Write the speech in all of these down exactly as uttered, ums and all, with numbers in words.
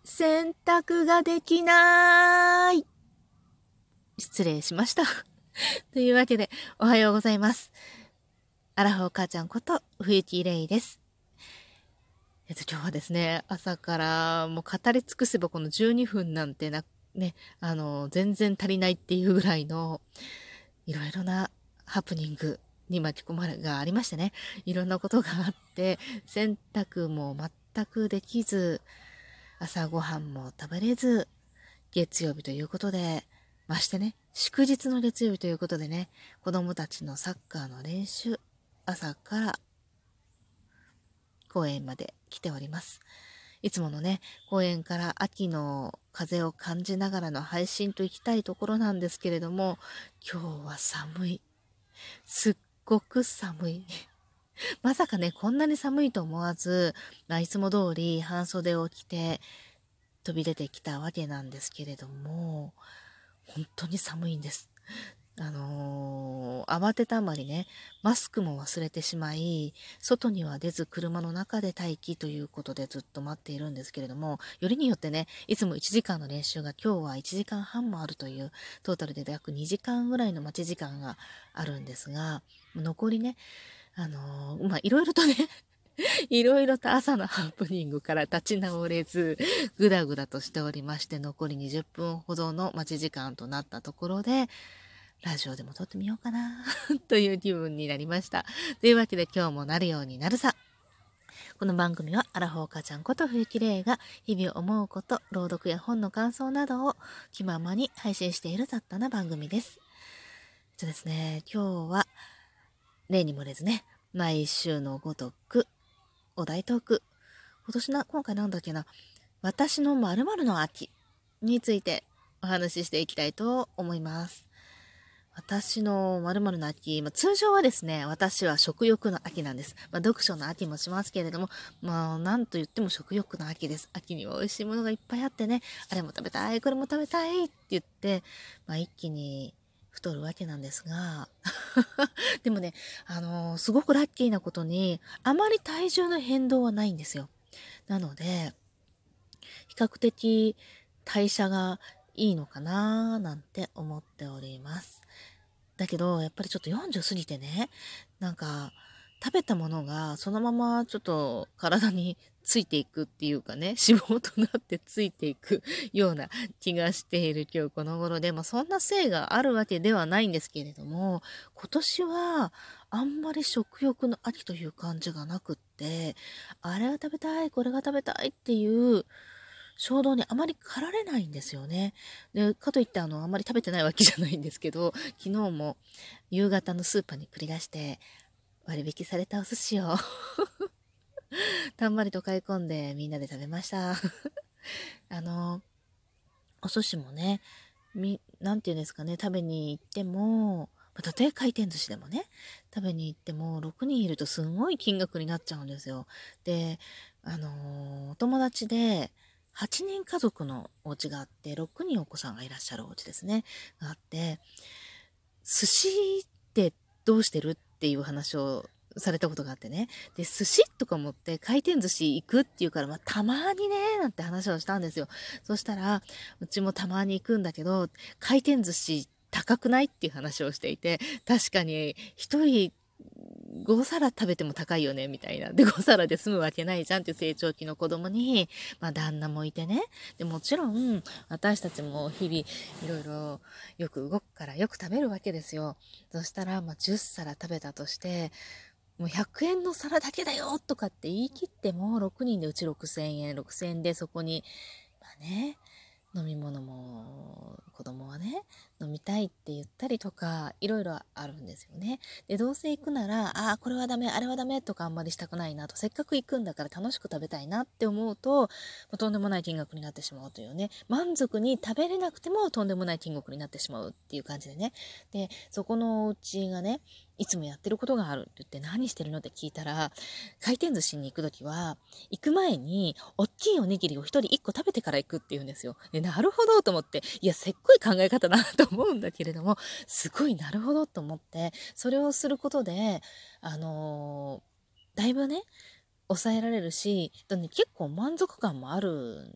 洗濯ができない。失礼しました。というわけで、おはようございます。アラフォー母ちゃんこと、冬木レイです。えっと、今日はですね、朝からもう語り尽くせばこのじゅうにふんなんてな、ね、あの、全然足りないっていうぐらいの、いろいろなハプニングに巻き込まれがありましてね、いろんなことがあって、洗濯も全くできず、朝ごはんも食べれず、月曜日ということで、ましてね、祝日の月曜日ということでね、子供たちのサッカーの練習、朝から公園まで来ております。いつものね、公園から秋の風を感じながらの配信と行きたいところなんですけれども、今日は寒い。すっごく寒い。まさかね、こんなに寒いと思わず、まあ、いつも通り半袖を着て飛び出てきたわけなんですけれども、本当に寒いんです。あのー、慌てたあまりね、マスクも忘れてしまい、外には出ず車の中で待機ということでずっと待っているんですけれども、よりによってね、いつもいちじかんの練習が今日はいちじかんはんもあるという、トータルで約にじかんぐらいの待ち時間があるんですが、残りね、あのー、まあ、いろいろとね、いろいろと朝のハプニングから立ち直れず、ぐだぐだとしておりまして、残りにじゅっぷんほどの待ち時間となったところで、ラジオでも撮ってみようかなという気分になりました。というわけで今日もなるようになるさ。この番組はアラフォー母ちゃんこと冬木玲が日々思うこと、朗読や本の感想などを気ままに配信している雑多な番組です。じゃですね、今日は例に漏れずね、毎週のごとくお題トーク。今年な、今回なんだっけな、私の〇〇の秋についてお話ししていきたいと思います。私の〇〇の秋、まあ、通常はですね、私は食欲の秋なんです。まあ、読書の秋もしますけれども、まあ、なんと言っても食欲の秋です。秋には美味しいものがいっぱいあってね、あれも食べたい、これも食べたいって言って、まあ、一気に太るわけなんですが、でもね、あのーすごくラッキーなことに、あまり体重の変動はないんですよ。なので、比較的代謝がいいのかなーなんて思っております。だけど、やっぱりちょっとよんじゅう過ぎてね、なんか、食べたものがそのままちょっと体についていくっていうかね、脂肪となってついていくような気がしている今日この頃で、まあそんなせいがあるわけではないんですけれども、今年はあんまり食欲の秋という感じがなくって、あれが食べたい、これが食べたいっていう衝動にあまり駆られないんですよね。で、かといってあの、あんまり食べてないわけじゃないんですけど、昨日も夕方のスーパーに繰り出して、割引されたお寿司をたんまりと買い込んでみんなで食べました。あの、お寿司もね、み、なんていうんですかね、食べに行っても、まあたとえ回転寿司でもね、食べに行ってもろくにんいるとすんごい金額になっちゃうんですよ。で、あのーお友達ではちにん家族のお家があって、ろくにんお子さんがいらっしゃるお家ですね、があって、寿司ってどうしてるっていう話をされたことがあってね。で、寿司とか持って回転寿司行くっていうから、まあ、たまにね、なんて話をしたんですよ。そしたら、うちもたまに行くんだけど、回転寿司高くないっていう話をしていて、確かに一人ご皿食べても高いよね、みたいな。で、ご皿で済むわけないじゃんっていう成長期の子供に、まあ旦那もいてね。で、もちろん、私たちも日々、いろいろよく動くからよく食べるわけですよ。そしたら、まあじゅっ皿食べたとして、もうひゃくえんの皿だけだよとかって言い切っても、ろくにんでうちろくせんえん、ろくせんえんでそこに、まあね、飲み物も子供はね飲みたいって言ったりとかいろいろあるんですよね。でどうせ行くならああこれはダメあれはダメとかあんまりしたくないなと、せっかく行くんだから楽しく食べたいなって思うと、まあ、とんでもない金額になってしまうというね、満足に食べれなくてもとんでもない金額になってしまうっていう感じでね。でそこのお家がねいつもやってることがあるって言って、何してるのって聞いたら、回転寿司に行くときは行く前に大きいおにぎりを一人一個食べてから行くって言うんですよ。でなるほどと思って、いやせっこい考え方だなと思うんだけれども、すごいなるほどと思って、それをすることであのーだいぶね抑えられるし、ね、結構満足感もあるん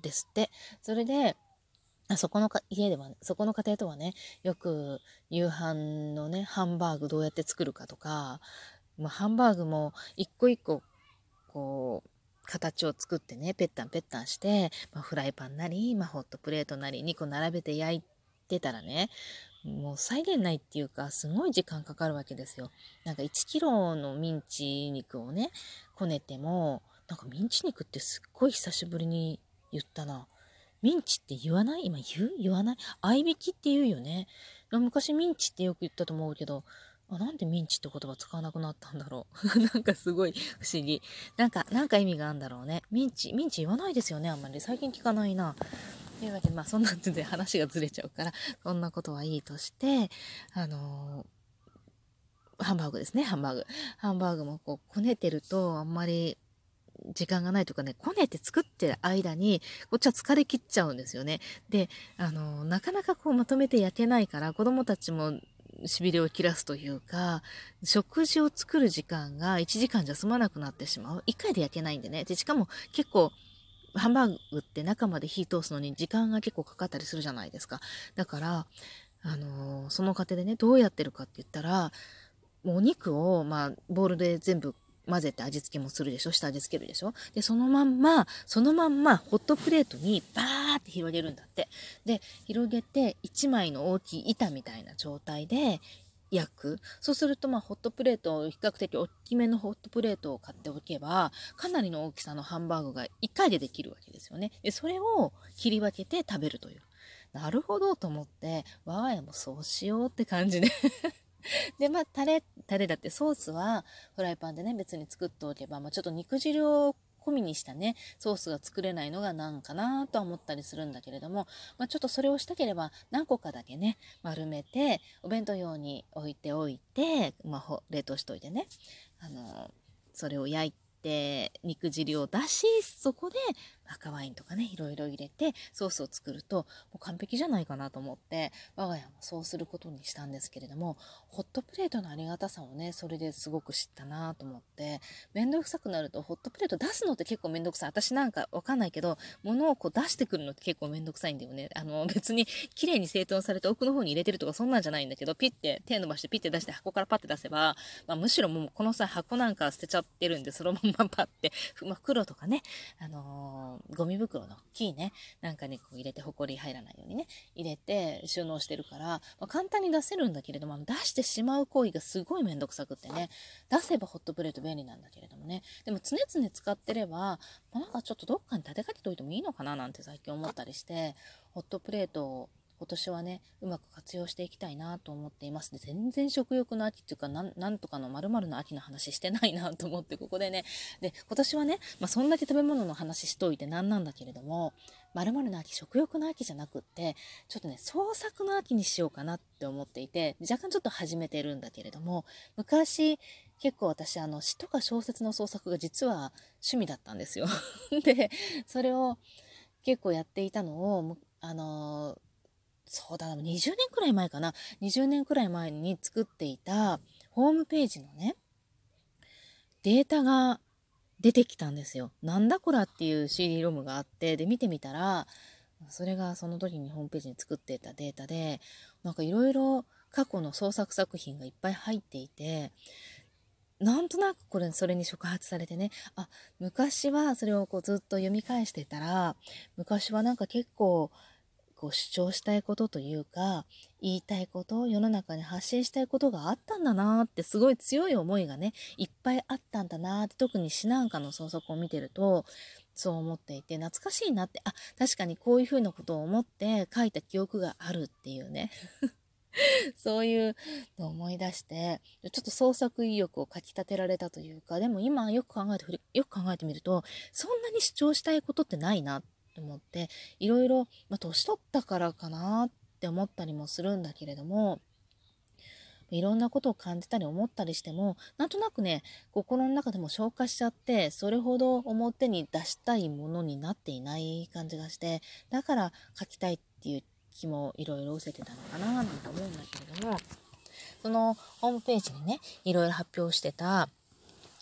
ですって。それであそこのか家では、そこの家庭とはね、よく夕飯のね、ハンバーグどうやって作るかとか、まあ、ハンバーグも一個一個こう形を作ってね、ペッタンペッタンして、まあ、フライパンなり、まあ、ホットプレートなりにこ並べて焼いてたらね、もう再現ないっていうか、すごい時間かかるわけですよ。なんかいちキロのミンチ肉をね、こねても、なんかミンチ肉ってすっごい久しぶりに言ったな。ミンチって言わない？今言う？言わない？合いびきって言うよね。昔ミンチってよく言ったと思うけど、あ、なんでミンチって言葉使わなくなったんだろう。なんかすごい不思議。なんか、なんか意味があるんだろうね。ミンチ、ミンチ言わないですよね、あんまり。最近聞かないな。というわけで、まあそんなんで話がずれちゃうから、そんなことはいいとして、あのー、ハンバーグですね、ハンバーグ。ハンバーグもこう、こねてると、あんまり、時間がないとかね、こねて作ってる間に、こっちは疲れ切っちゃうんですよね。で、あの、なかなかこうまとめて焼けないから、子供たちもしびれを切らすというか、食事を作る時間がいちじかんじゃ済まなくなってしまう。いっかいで焼けないんでね。で、しかも結構、ハンバーグって中まで火通すのに時間が結構かかったりするじゃないですか。だから、あのその過程でね、どうやってるかって言ったら、もうお肉を、まあ、ボウルで全部混ぜて味付けもするでしょ、下味付けるでしょ。で、そのまんま、そのまんま、ホットプレートにバーって広げるんだって。で、広げて、いちまいの大きい板みたいな状態で焼く。そうすると、まあ、ホットプレート、比較的大きめのホットプレートを買っておけば、かなりの大きさのハンバーグがいっかいでできるわけですよね。で、それを切り分けて食べるという。なるほどと思って、我が家もそうしようって感じでで、まあ、タレ、タレだってソースはフライパンでね、別に作っておけば、まあ、ちょっと肉汁を込みにしたね、ソースが作れないのがなんかなとは思ったりするんだけれども、まあ、ちょっとそれをしたければ何個かだけね、丸めて、お弁当用に置いておいて、まあ、冷凍しといてね、あの、それを焼いて、肉汁を出し、そこで赤ワインとかね、いろいろ入れてソースを作るともう完璧じゃないかなと思って、我が家もそうすることにしたんですけれども、ホットプレートのありがたさをね、それですごく知ったなと思って、めんどくさくなるとホットプレート出すのって結構めんどくさい。私なんかわかんないけど、物をこう出してくるのって結構めんどくさいんだよね。あの、別に綺麗に整頓されて奥の方に入れてるとかそんなんじゃないんだけど、ピッて手伸ばしてピッて出して箱からパッて出せば、まあ、むしろもうこのさ、箱なんか捨てちゃってるんで、そのままパッて、まあ、袋とかね、あのー、ゴミ袋のキーね、なんかにこう入れてほこり入らないようにね、入れて収納してるから、まあ、簡単に出せるんだけれども、出してしまう行為がすごいめんどくさくってね、出せばホットプレート便利なんだけれどもね、でも常々使ってれば、まあ、なんかちょっとどっかに立てかけといてもいいのかななんて最近思ったりして、ホットプレートを今年はね、うまく活用していきたいなと思っています。で、全然食欲の秋っていうか、なん、なんとかの〇〇の秋の話してないなと思って、ここでね、で、今年はね、まあ、そんだけ食べ物の話しといてなんなんだけれども、〇〇の秋、食欲の秋じゃなくって、ちょっとね、創作の秋にしようかなって思っていて、若干ちょっと始めてるんだけれども、昔、結構私、あの、詩とか小説の創作が実は趣味だったんですよ。で、それを結構やっていたのを、あのそうだな、にじゅうねんくらい前かな。にじゅうねんくらい前に作っていたホームページのね、データが出てきたんですよ。なんだこらっていう シーディー ロムがあって、で、見てみたら、それがその時にホームページに作っていたデータで、なんかいろいろ過去の創作作品がいっぱい入っていて、なんとなくこれ、それに触発されてね、あ、昔はそれをこうずっと読み返してたら、昔はなんか結構、こう主張したいことというか、言いたいこと、世の中に発信したいことがあったんだなーって、すごい強い思いがね、いっぱいあったんだなーって、特に詩なんかの創作を見てると、そう思っていて、懐かしいなって、あ、確かにこういうふうなことを思って書いた記憶があるっていうね。そういうのを思い出して、ちょっと創作意欲をかき立てられたというか、でも今よく考えて、よく考えてみると、そんなに主張したいことってないなと思って、いろいろ、まあ、年取ったからかなって思ったりもするんだけれども、いろんなことを感じたり思ったりしても、なんとなくね、心の中でも消化しちゃって、それほど表に出したいものになっていない感じがして、だから書きたいっていう気もいろいろ失せてたのかななんて思うんだけれども、そのホームページにね、いろいろ発表してた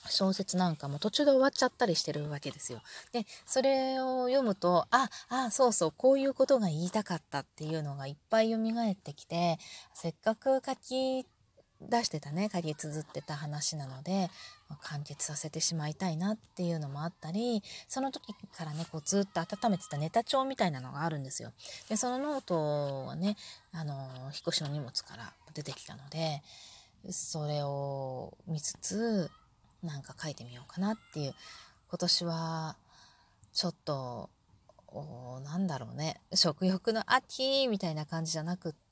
小説なんかも途中で終わっちゃったりしてるわけですよ。で、それを読むと、あ、あ、そうそう、こういうことが言いたかったっていうのがいっぱい蘇ってきて、せっかく書き出してたね、書き綴ってた話なので、完結させてしまいたいなっていうのもあったり、その時からね、こうずっと温めてたネタ帳みたいなのがあるんですよ。で、そのノートはね、あの、引っ越しの荷物から出てきたので、それを見つつ、なんか書いてみようかなっていう。今年はちょっとなんだろうね、食欲の秋みたいな感じじゃなくって、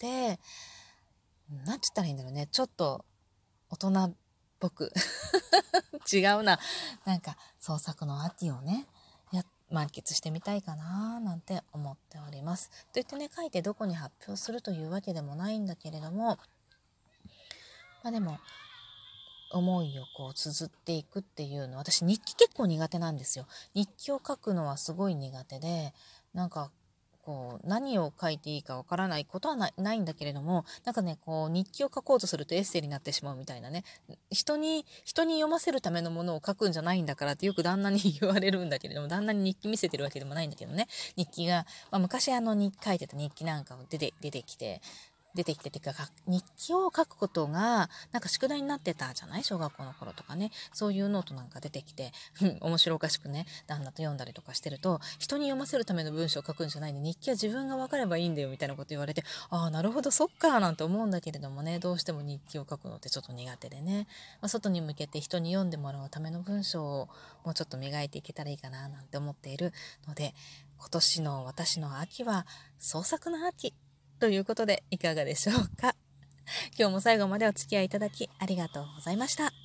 なんつったらいいんだろうね、ちょっと大人っぽく違うな、なんか創作の秋をねや満喫してみたいかななんて思っております。といってね、書いてどこに発表するというわけでもないんだけれども、まあでも思いをこう綴っていくっていうの、私日記結構苦手なんですよ。日記を書くのはすごい苦手で、なんかこう何を書いていいかわからないことはない、ないんだけれども、なんかね、こう日記を書こうとするとエッセイになってしまうみたいなね、人に人に読ませるためのものを書くんじゃないんだからってよく旦那に言われるんだけれども、旦那に日記見せてるわけでもないんだけどね、日記が、まあ、昔あのに書いてた日記なんかを出て出てきて出てきてっていうか、日記を書くことがなんか宿題になってたじゃない、小学校の頃とかね。そういうノートなんか出てきて面白おかしくね、旦那と読んだりとかしてると、人に読ませるための文章を書くんじゃないんで、日記は自分が分かればいいんだよみたいなこと言われて、ああなるほどそっかなんて思うんだけれどもね、どうしても日記を書くのってちょっと苦手でね、まあ、外に向けて人に読んでもらうための文章をもうちょっと磨いていけたらいいかななんて思っているので、今年の私の秋は創作の秋ということでいかがでしょうか。今日も最後までお付き合いいただきありがとうございました。